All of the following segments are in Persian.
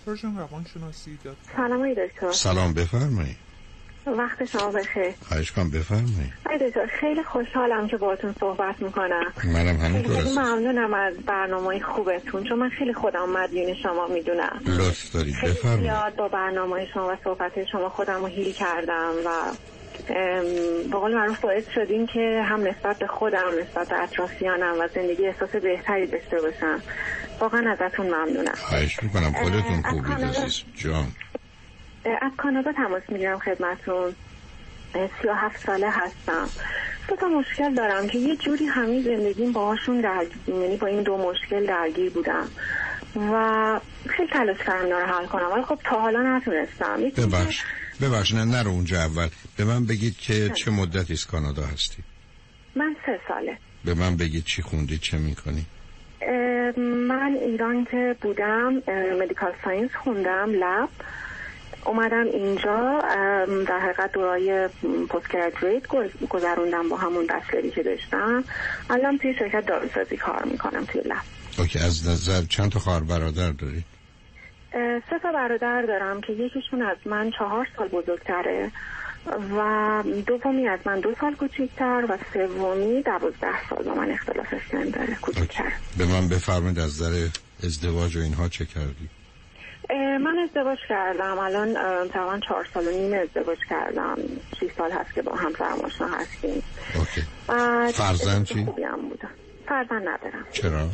پرژن روانشناسی. سلام آقای دکتر. سلام، بفرمایید. وقت شما بخیر. خواهش کنم، بفرمایید. آقای دکتر خیلی خوشحالم که باهاتون صحبت میکنم. منم همینطور هستم. خیلی ممنونم از برنامه خوبتون، چون من خیلی خودم مدیون شما میدونم. لطف دارید، بفرمایید. زیاد با برنامه شما و صحبت شما خودم رو هیل کردم و با قول معروف باعث شدین که هم نسبت به خودم، نسبت به اطرافیانم و زندگی احساس بهتری داشته باشم. واقعا ازتون ممنونم. خواهش میکنم، خودتون خوبید عزیز جان. از کانادا تماس میگیرم خدمتتون. 37 ساله هستم. دو تا مشکل دارم که یه جوری همین زندگیم باهاشون یعنی با این دو مشکل درگیر بودم و خیلی تلاش کردم اینا رو حل کنم، ولی خب تا حالا نتونستم. ببخش نرو اونجا. اول به من بگید که چه مدتی از کانادا هستی؟ من 3 ساله. به من بگید چی خوندی، چه میکنی؟ من ایران که بودم مدیکال ساینس خوندم، لب اومدم اینجا در حقیقت دورای پست گرادویت گذروندم با همون بچلری که داشتم. الان توی شرکت داروسازی کار میکنم توی لب. اوکی. از نظر چند تا خواهر برادر دارید؟ 3 تا برادر دارم که یکیشون از من 4 سال بزرگتره و دومی از من 2 سال کوچیکتر و سومی 12 سال با من اختلاف سن داره، کوچیکتر. به من بفرمایید از نظر ازدواج و اینها چه کردی؟ من ازدواج کردم الان تقریبا 4 سال و نیم ازدواج کردم. 6 سال هست که با همسرم آشنا هستیم. اوکی. فرزند چی؟ خوبی هم بودم. فرزند ندارم. چرا؟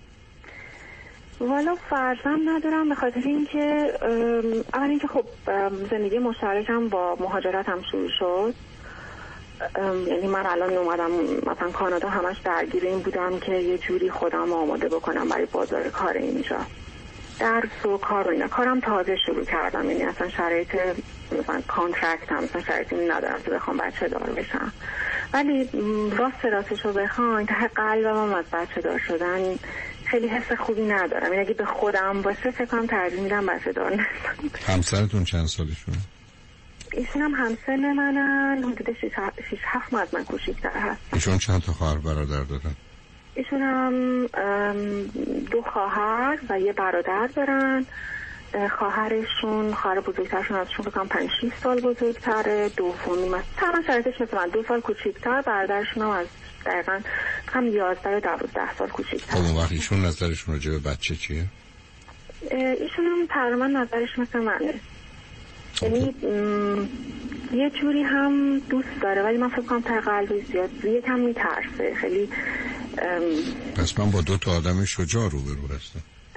والا فرزند ندارم به خاطر اینکه اول اینکه خب زندگی مشترکم با مهاجرتم شروع شد. یعنی من الان اومدم مثلا کانادا همش درگیر این بودم که یه جوری خودم آماده بکنم برای بازار کار اینجا، درس و کار و اینا. کارم تازه شروع کردم، یعنی اصلا شرایط مثلا کانترکت هم مثلا شرایطی ندارم که بخوام بچه دار بشم. ولی راستش رو بخوام ته قلبم از بچه دار شدن خیلی حس خوبی ندارم. یعنی اگه به خودم باشه فکر کنم ترجیح میدم بچه دار نشم. همسرتون چند سالشونه؟ ایشون هم همسن منن، حدود 6-7 ماه از من کوچیک‌تر هست. ایشون چند تا خواهر برادر دارن؟ ایشون هم 2 خواهر و یه برادر دارن. خواهر بزرگترشون ازشون بکنم 5-6 سال بزرگتره. دومی مثلا شرایطش مثل من 2 سال کوچیکتر. برادرشون هم از دقیقا هم 11 یا 12 سال کوچیکتر. اون وقت ایشون نظرشون راجع به بچه چیه؟ ایشون هم تقریبا نظرش مثل منه. یعنی یه جوری هم دوست داره ولی من فکر کنم تا قلبی زیاد یکم میترسه خیلی. پس من با 2 تا آدم شجاع روبرو هستم.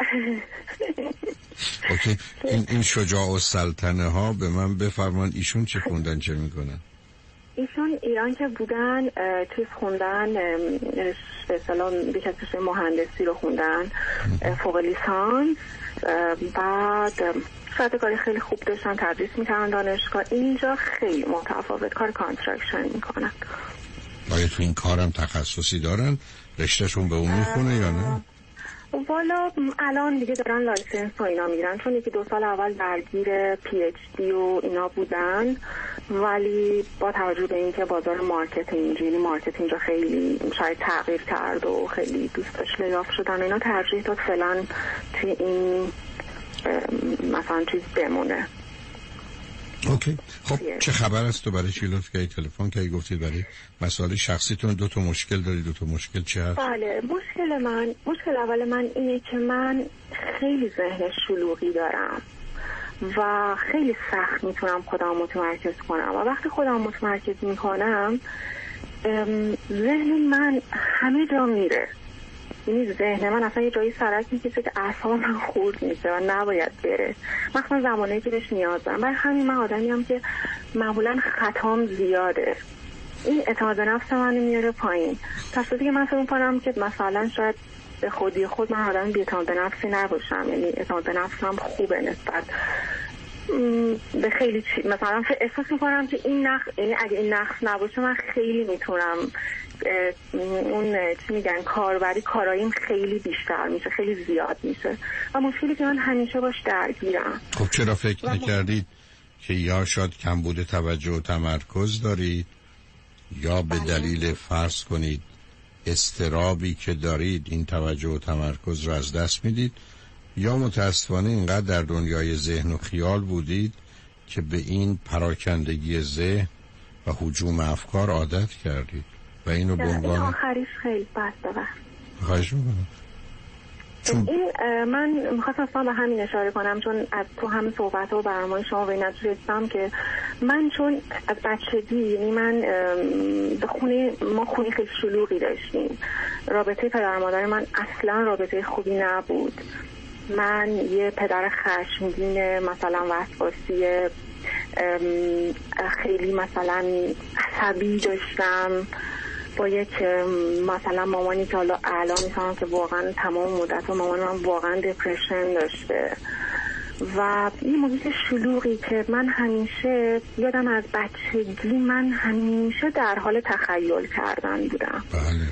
اوکی. این شجاع و سلطنه ها به من بفرمان ایشون چه خوندن، چه میکنن؟ ایشون ایران که بودن چیز خوندن، به اصطلاح بیشتر مهندسی رو خوندن، فوق لیسانس. بعد شاید کاری خیلی خوب داشتن، تدریس میکنن دانشگاه. اینجا خیلی متفاوت کار کانستراکشن میکنن. آیا تو این کارم تخصصی دارن؟ رشتهشون به اون میخونه یا نه؟ والا الان دیگه دارن لایسنس و اینا میگیرن، چون 1-2 سال اول درگیر PhD و اینا بودن، ولی با توجه به اینکه بازار مارکتینگ اینجا خیلی شاید تغییر کرد و خیلی دوستاش لیاف شدن اینا، ترجیح داد فعلا توی این مثلا چیز بمونه. اوکی. خب چه خبر است؟ تو برای چی لطف کردی تلفن کردی؟ گفتید برای مسائل شخصیتون 2 تا مشکل داری. 2 تا مشکل چه هست؟ بله، مشکل اول من اینه که من خیلی ذهن شلوغی دارم و خیلی سخت میتونم خودم متمرکز کنم و وقتی خودم متمرکز میکنم ذهن من همه جا میره. یعنی ذهن من اصلا یه جایی سرک میکشه که اعصاب من خورد میشه و نباید بره، مخصوصا زمانی که بهش نیاز دارم. برای همین من آدمی هم که معمولا خطام زیاده. این اعتماد نفس منو میاره پایین، تا صورتی که من فکر می‌کنم که مثلا شاید به خودی خود من آدم بی اعتماد نفسی نباشم. یعنی اعتماد نفسم خوبه نسبت به خیلی چیز. مثلا احساس میکنم که این یعنی اگه این نقص نباشه من خیلی میتونم اون چی میگن کاراییم خیلی بیشتر میشه، خیلی زیاد میشه و مشکلی که من همیشه باش درگیرم. خب چرا فکر نکردید که یا شاید کمبود توجه و تمرکز دارید یا به دلیل فرض کنید اضطرابی که دارید این توجه و تمرکز رو از دست میدید یا متاسفانه اینقدر در دنیای ذهن و خیال بودید که به این پراکندگی ذهن و هجوم افکار عادت کردید و اینو به عنوان آخریش خیلی بده. خواهش میکنم. این من میخواستم اصلا به همین اشاره کنم، چون از تو همین صحبت و برنامه شما به نتیجه رسیدم که من چون از بچگی، یعنی من ما خونه خیلی شلوغی داشتیم، رابطه پدر مادر من اصلا رابطه خوبی نبود. من یه پدر خشمگین مثلا وسواسی خیلی مثلا عصبی داشتم، با یک مثلا مامانی که حالا الان میفهمم که واقعا تمام مدت مامان من واقعا دپرشن داشته و این محیط شلوغی که من همیشه یادم از بچگی من همیشه در حال تخیل کردن بودم. بله.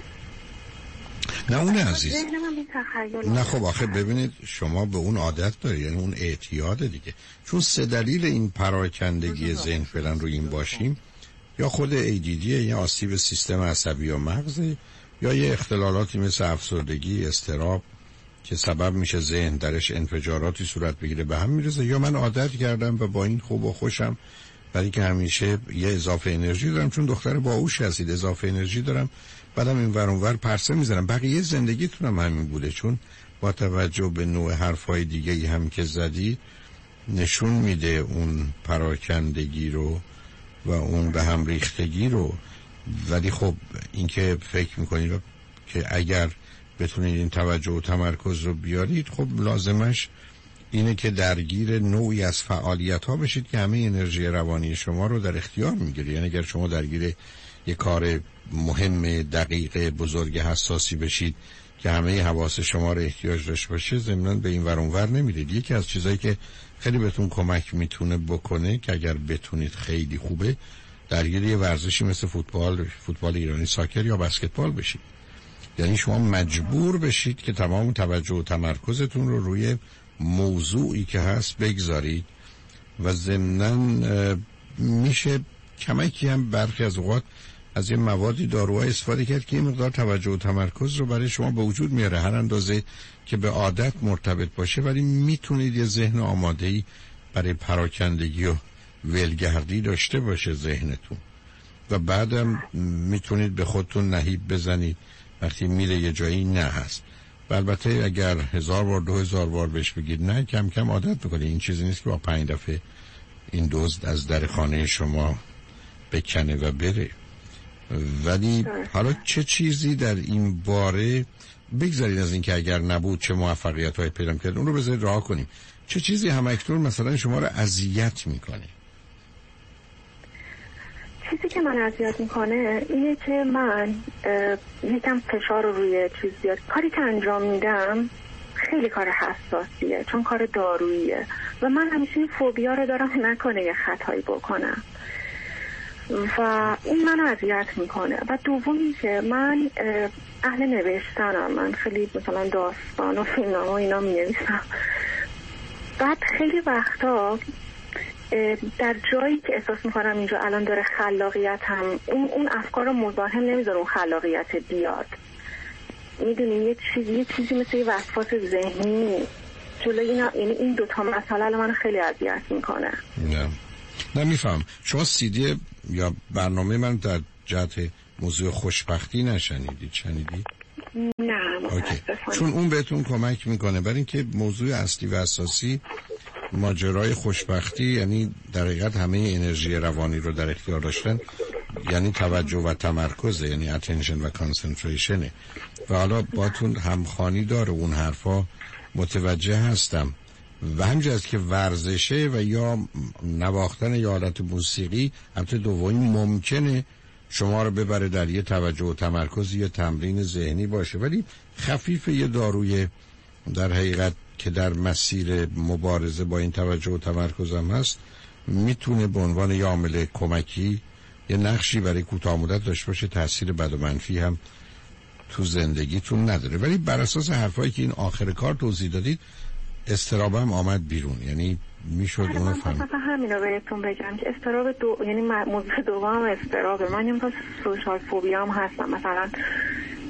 نه اون عزیز، نه خب آخه ببینید شما به اون عادت داری، یعنی اون اعتیاد دیگه. چون 3 دلیل این پراکندگی ذهن فعلا رو این باشیم، یا خود ADD یا آسیب سیستم عصبی و مغز، یا یه اختلالاتی مثل افسردگی، اضطراب که سبب میشه ذهن درش انفجاراتی صورت بگیره به هم میرسه، یا من عادت کردم و با این خوب و خوشم، برای که همیشه یه اضافه انرژی دارم، چون دختر باهوش هستید، اضافه انرژی دارم، بعدم این ور اون ور پرسه میزنم. بقیه زندگیتونم همین بوده. چون با توجه به نوع حرفای دیگه‌ای هم که زدی نشون میده اون پراکندگی رو و اون به هم ریختگی رو. ولی خب این که فکر میکنید که اگر بتونید این توجه و تمرکز رو بیارید، خب لازمش اینه که درگیر نوعی از فعالیت ها بشید که همه انرژی روانی شما رو در اختیار میگیره. یعنی اگر شما درگیر یک کار مهم، دقیق، بزرگ، حساسی بشید که همه حواس شما رو احتیاج داشته باشه، ضمناً به این ور اون ور نمیرید. یکی از چیزایی که خیلی بهتون کمک میتونه بکنه که اگر بتونید خیلی خوبه، درگیر یه ورزشی مثل فوتبال ایرانی، ساکر یا بسکتبال بشید. یعنی شما مجبور بشید که تمام توجه و تمرکزتون رو روی موضوعی که هست بگذارید و ضمناً میشه کمکی هم برخی از اوقات از یه موادی داروها استفاده کرد که این مقدار توجه و تمرکز رو برای شما به وجود میاره، هر اندازه که به عادت مرتبط باشه، ولی میتونید یه ذهن آماده‌ای برای پراکندگی و ولگردی داشته باشه ذهنتون و بعدم میتونید به خودتون نهیب بزنید وقتی میره یه جایی نه هست. و البته اگر 1000 بار 2000 بار بهش بگید نه، کم کم عادت میکنه. این چیزی نیست که با 5 دفعه این دزد از در خانه شما بکنه و بره. ولی حالا چه چیزی در این باره، بگذارید از این که اگر نبود چه موفقیت های پیدا کرد، اون رو بذارید راه کنیم. چه چیزی همکنون مثلا شما رو اذیت میکنه؟ چیزی که من اذیت میکنه اینه که من یکم فشار رو روی چیز بیاد. کاری که انجام میدم خیلی کار حساسیه، چون کار داروییه و من همیشه این فوبیا رو دارم نکنه یه خطایی بکنم و این منو اذیت میکنه. و دومی که من اهل نوشتنم، من خیلی مثلا داستان و فیلمنامه و اینا مینویسم. بعد خیلی وقتا در جایی که احساس میکنم اینجا الان داره خلاقیتم، اون افکار رو مزاحم نمیذاره اون خلاقیت بیاد. میدونی یه چیزی مثل یه وسواس ذهنی جلوی اینا، یعنی این دوتا مسئله من خیلی اذیت میکنه. نه میفهم. شما CD یا برنامه من در جهت موضوع خوشبختی نشنیدید؟ شنیدید؟ نه متاسفانه. چون اون بهتون کمک میکنه برای اینکه موضوع اصلی و اساسی ماجرای خوشبختی، یعنی در حقیقت همه انرژی روانی رو در اختیار داشتن، یعنی توجه و تمرکز، یعنی attention و concentration. و حالا باتون همخوانی داره اون حرفا، متوجه هستم. و همجاز که ورزشه و یا نواختن یا حالت موسیقی، البته دومی ممکنه شما رو ببره در یه توجه و تمرکز، یه تمرین ذهنی باشه، ولی خفیف یه داروی در حقیقت که در مسیر مبارزه با این توجه و تمرکز هم هست، میتونه به عنوان یه عامل کمکی یه نقشی برای کوتاه مدت داشته باشه. تاثیر بد و منفی هم تو زندگیتون نداره. ولی بر اساس حرفایی که این آخر کار توضیح دادید، اضطراب هم آمد بیرون. یعنی میشد اونو فهمید. من همین رو بهتون بگم که یعنی موضوع دوم اضطرابه. من یه مثلا سوشال فوبیا هم هستم. مثلا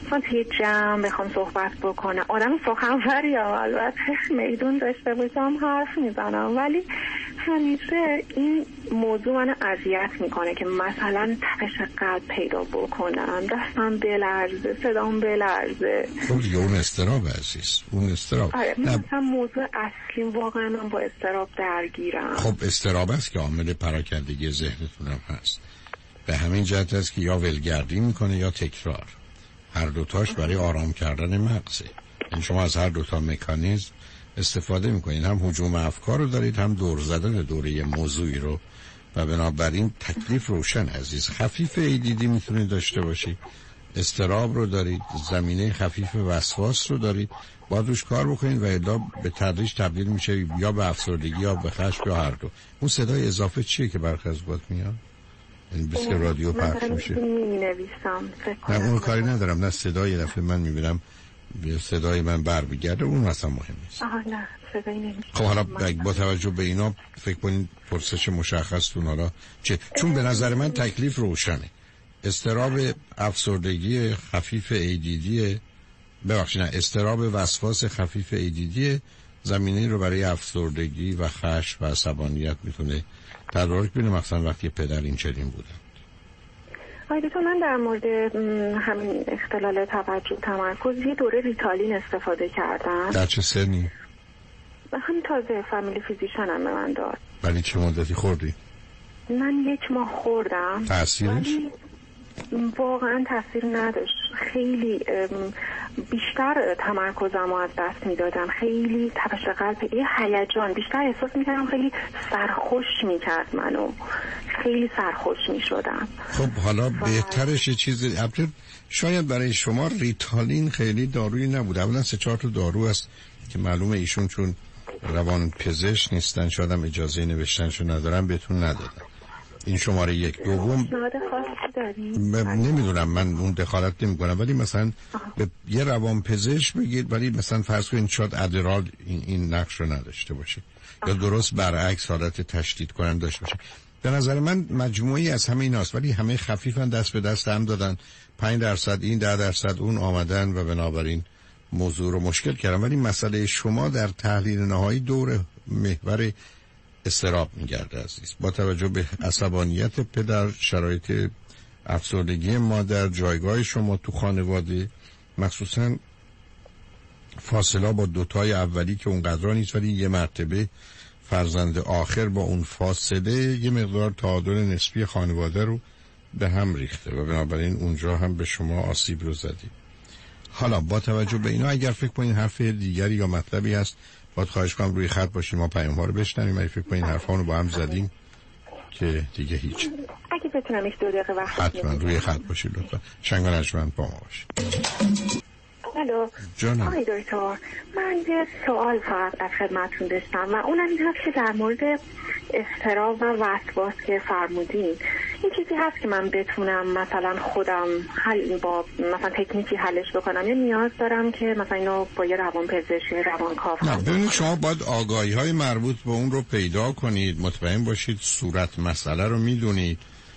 من توی جمع بخوام صحبت بکنم، آدم سخنوری هم البته میدون داشته باشم حرف میزنم، ولی همیشه این موضوع منو اذیت میکنه که مثلا تپش قلب پیدا بکنم، دستم بلرزه، صدام بلرزه. خب دیگه اون استراب عزیز، اون استراب. آره مثلا موضوع اصلی واقعا من با استراب درگیرم. خب استراب است که عامل پراکندگی ذهنتون هم هست. به همین جهت است که یا ولگردی میکنه یا تکرار. هر دوتاش برای آرام کردن مغزه. این شما از هر دوتا مکانیزم استفاده میکنید، هم هجوم افکار رو دارید، هم دور زدن دوره موضوعی رو، و بنابراین تکلیف روشن عزیز. خفیف ADD میتونید داشته باشید، استراب رو دارید، زمینه خفیف وسواس رو دارید، باید روش کار بکنید و الا به تدریج تبدیل میشه یا به افسردگی یا به خشم یا هر دو. اون صدای اضافه چیه که برخی از وقت میاد؟ این بیست که رادیو پخش میشه. نه اون کاری ندارم، نه صدای دفعه من میبینم صدای من بر بگرده، اون اصلا مهم نیست. نه صدایی نمیشه. خب حالا با توجه به اینا فکر کنید پرسش مشخص تون حالا چه؟ چون به نظر من تکلیف روشنه. استراب افسردگی خفیف ADD، ببخشید نه، استراب وسواس خفیف ADD زمینه رو برای افسردگی و خشم و عصبانیت میتونه تدارک بینه، مثلا وقتی پدر این چنین بودن. دکتر من در مورد همین اختلال توجه تمرکز یه دوره ریتالین استفاده کردم. در چه سنی؟ همین تازه فامیلی فیزیشنم به من داد. ولی چه مدتی خوردی؟ من 1 ماه خوردم. تأثیرش؟ واقعا تاثیر نداشت. خیلی بیشتر تمرکزم رو از دست میدادم، خیلی تپش قلب، یه هیجان بیشتر احساس میکردم، خیلی سرخوش میکرد منو، خیلی سرخوش میشدم. خب حالا بهترش یه چیزی شاید برای شما ریتالین خیلی دارویی نبود. اولا 3-4 تا دارو هست که معلومه ایشون چون روان پزشک نیستن شاید هم اجازه نوشتنشو ندارن بهتون ندادن. این شماره 1. دوم نمیدونم، من اون دخالت نمی کنم، ولی مثلا به یه روان پزشک بگید، ولی مثلا فرض کنید شاید ادرال این نقش رو نداشته باشه یا درست برعکس حالت تشدید کنن داشته باشه. به نظر من مجموعی از همه ایناست، ولی همه خفیفن، دست به دست هم دادن، 5% این 10% اون آمدن و بنابراین موضوع رو مشکل کردن. ولی مسئله شما در تحلیل نهایی دور محور استراب میگرده عزیز، با توجه به عصبانیت پدر، شرایط افسردگی مادر، جایگاه شما تو خانواده، مخصوصا فاصله با دوتای اولی که اونقدر نیست، ولی یه مرتبه فرزند آخر با اون فاصله یه مقدار تعادل نسبی خانواده رو به هم ریخته و بنابراین اونجا هم به شما آسیب رو زدید. حالا با توجه به اینا اگر فکر کنین حرف دیگری یا مطلبی هست باید خواهش کنم روی خط باشیم، ما پیام ها رو بشنویم. اگه فکر کنین حرفا رو با هم زدیم که دیگه هیچ. اگه بتونم 2 دقیقه وقت حتما روی خط باشید لطفا. شنگ و نجمند با ما باشید. الو جانم. آقای دکتر، من یه سوال فقط از خدمتتون داشتم و اونم این هست که در مورد اضطراب و وسواس که فرمودین، این چیزی هست که من بتونم مثلا خودم حل با مثلا تکنیکی حلش بکنم یا نیاز دارم که مثلا اینو با یه روانپزشک روانکاو؟ نه ببینید شما باید آگاهی‌های مربوط به اون رو پیدا کنید، مطمئن باشید صورت مسئله رو میدونید،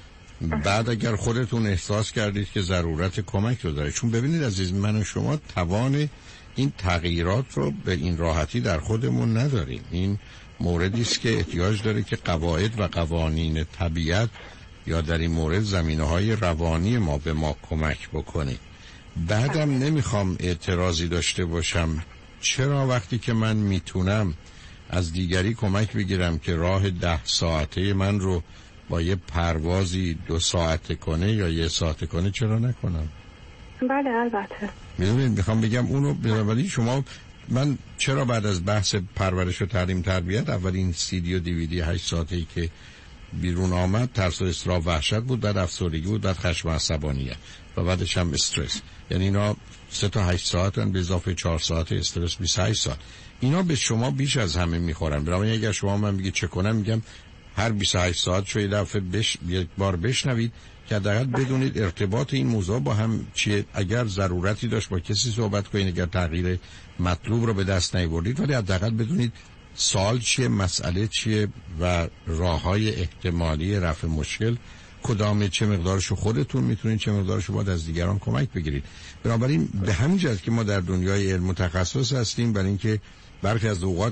بعد اگر خودتون احساس کردید که ضرورت کمک رو داره. چون ببینید عزیز، من و شما توان این تغییرات رو به این راحتی در خودمون نداریم. این موردی است که احتیاج داره که قواعد و قوانین طبیعت یا در این مورد زمینه‌های روانی ما به ما کمک بکنه. بعدم نمیخوام اعتراضی داشته باشم چرا وقتی که من میتونم از دیگری کمک بگیرم که راه 10 ساعته من رو با یه پروازی 2 ساعته کنه یا 1 ساعته کنه چرا نکنم؟ بله البته. میدونید میخوام بگم اونو، ولی شما من چرا بعد از بحث پرورش و تعلیم تربیت اولین CD و DVD 8 ساعته‌ای که بیرون آمد ترس و اضطراب وحشت بود، بعد افسردگی بود، بعد خشم و عصبانیت و بعدش هم استرس، یعنی اینا 3 تا 8 ساعتن به اضافه 4 ساعت استرس 28 ساعت. اینا به شما بیش از همه میخورن. برای اگر شما من بگید چه کنم، میگم هر 28 ساعت شو یه دفعه یک بار بشنوید که حداقل بدونید ارتباط این موضوع با هم چیه. اگر ضرورتی داشت با کسی صحبت کنید، اگر تغییر مطلوب رو به دست نیاوردید، ولی حداقل بدونید سوال چیه، مسئله چیه و راههای احتمالی رفع مشکل کدام، چه مقدارشو خودتون میتونید، چه مقدارشو باید از دیگران کمک بگیرید. بنابراین به همین جهت که ما در دنیای علم متخصص هستیم، برای اینکه برخی از اوقات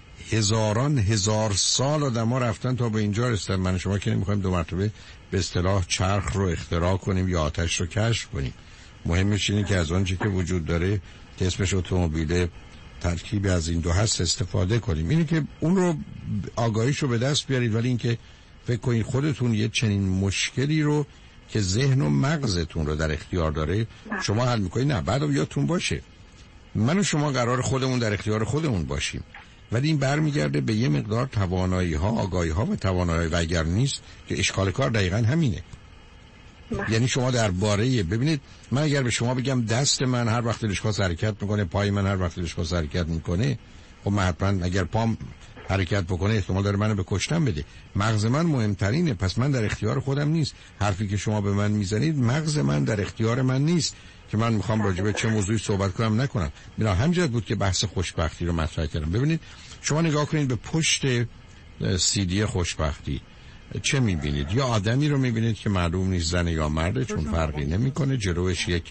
هزار سال آدم‌ها رفتن تا به اینجا رسیدن. من شما که نمی‌خوایم 2 مرتبه به اصطلاح چرخ رو اختراع کنیم یا آتش رو کشف کنیم. مهمش اینه که از آنچه که وجود داره که اسمش اتومبیل، ترکیبی از این دو هست استفاده کنیم. اینه که اون رو آگاهیشو به دست بیارید، ولی اینکه فکر کنید خودتون یه چنین مشکلی رو که ذهن و مغزتون رو در اختیار داره شما حل می‌کنید، نه، بعد یادتون باشه من و شما قرار خودمون در اختیار خودمون باشیم، ولی این برمیگرده به یه مقدار توانایی‌ها، آگاهی‌ها و توانایی و اگر نیست که اشکال کار دقیقاً همینه. یعنی شما درباره، ببینید من اگر به شما بگم دست من هر وقت دلش خواست حرکت میکنه، پای من هر وقت دلش خواست حرکت میکنه، خب حتما اگر پام حرکت بکنه احتمال داره منو به کشتن بده. مغز من مهمترینه، پس من در اختیار خودم نیست. حرفی که شما به من میزنید مغز من در اختیار من نیست که من میخوام راجع به چه موضوعی صحبت کنم نکنم. بنا همینجا بود که بحث خوشبختی رو مطرح کردم. ببینید شما نگاه کنید به پشت CD خوشبختی چه میبینید؟ یا آدمی رو میبینید که معلوم نیست زن یا مرده، چون فرقی نمیکنه، جلوش یک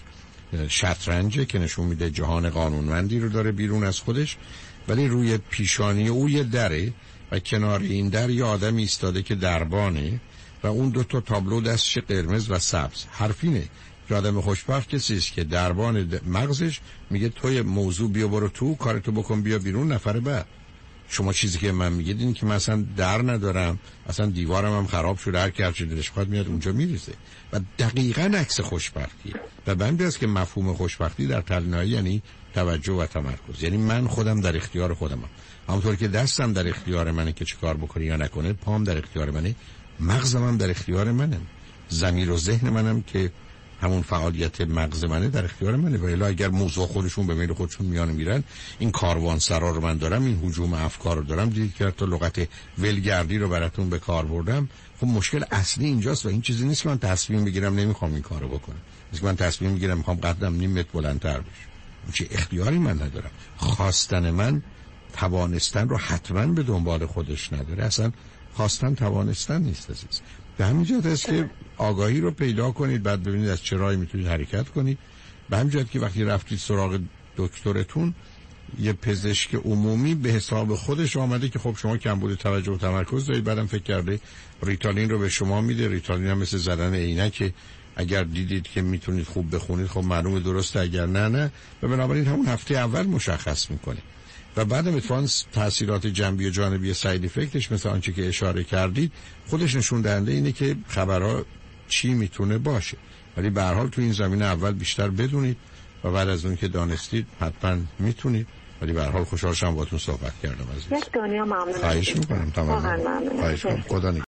شطرنجه که نشون میده جهان قانونمندی رو داره بیرون از خودش، ولی روی پیشانی او یه دره و کنار این در یه آدم ایستاده که دربانه و اون 2 تا تابلو دستش قرمز و سبز. حرفینه که آدم خوشبخت کسی است که دربان مغزش میگه توی موضوع بیا برو تو، کارتو بکن بیا بیرون، نفر بعد. شما چیزی که من میگید این که من اصلا در ندارم، اصلا دیوارم هم خراب شده، هر کی هر چی دلش بخواد میاد اونجا میریزه و دقیقاً عکس خوشبختیه. و به همین که مفهوم خوشبختی در تنهایی یعنی توجه و تمرکز، یعنی من خودم در اختیار خودمم. همونطور که دستم در اختیار منه که چیکار بکنه یا نکنه، پام در اختیار منه، مغزم هم در اختیار منه، ضمیر و ذهن منم که همون فعالیت مغز منه در اختیار منه. و الا اگر موضوع خودشون به میل خودشون میان میرن، این کاروان سرا رو من دارم، این هجوم افکار رو دارم، دیدید که تا لغت ولگردی رو براتون به کار بردم. خب مشکل اصلی اینجاست و این چیزی نیست که من تصمیم بگیرم نمیخوام این کارو بکنم، نیست من تصمیم میگیرم میخوام قدم نیم متر بلندتر بشه. چه اختیاری من ندارم. خواستن من توانستن رو حتما به دنبال خودش نداره، اصلا خواستن توانستن نیست عزیز. به همین جهت است که آگاهی رو پیدا کنید، بعد ببینید از چه راهی میتونید حرکت کنید. به همین جهت که وقتی رفتید سراغ دکترتون، یه پزشک عمومی به حساب خودش آمده که خب شما کمبود توجه و تمرکز دارید، بعدم فکر کرده ریتالین رو به شما میده. ریتالین هم مثل زدن عینکه، اگر دیدید که میتونید خوب بخونید خب معلومه درسته، اگر نه و بنابراین همون هفته اول مشخص میکنه و بعدم اتفاقاً تاثیرات جنبی و جانبی ساید افکتش مثل آنچه که اشاره کردید خودش نشون دهنده اینه که خبرها چی میتونه باشه. ولی به هر حال تو این زمینه اول بیشتر بدونید و بعد از اون که دانستید حتما میتونید. ولی به هر حال خوشحال شدم باهاتون صحبت کردم عزیز. یک دنیا ممنونم. خواهش میکنم. تمام. خواهش میکنم. خدا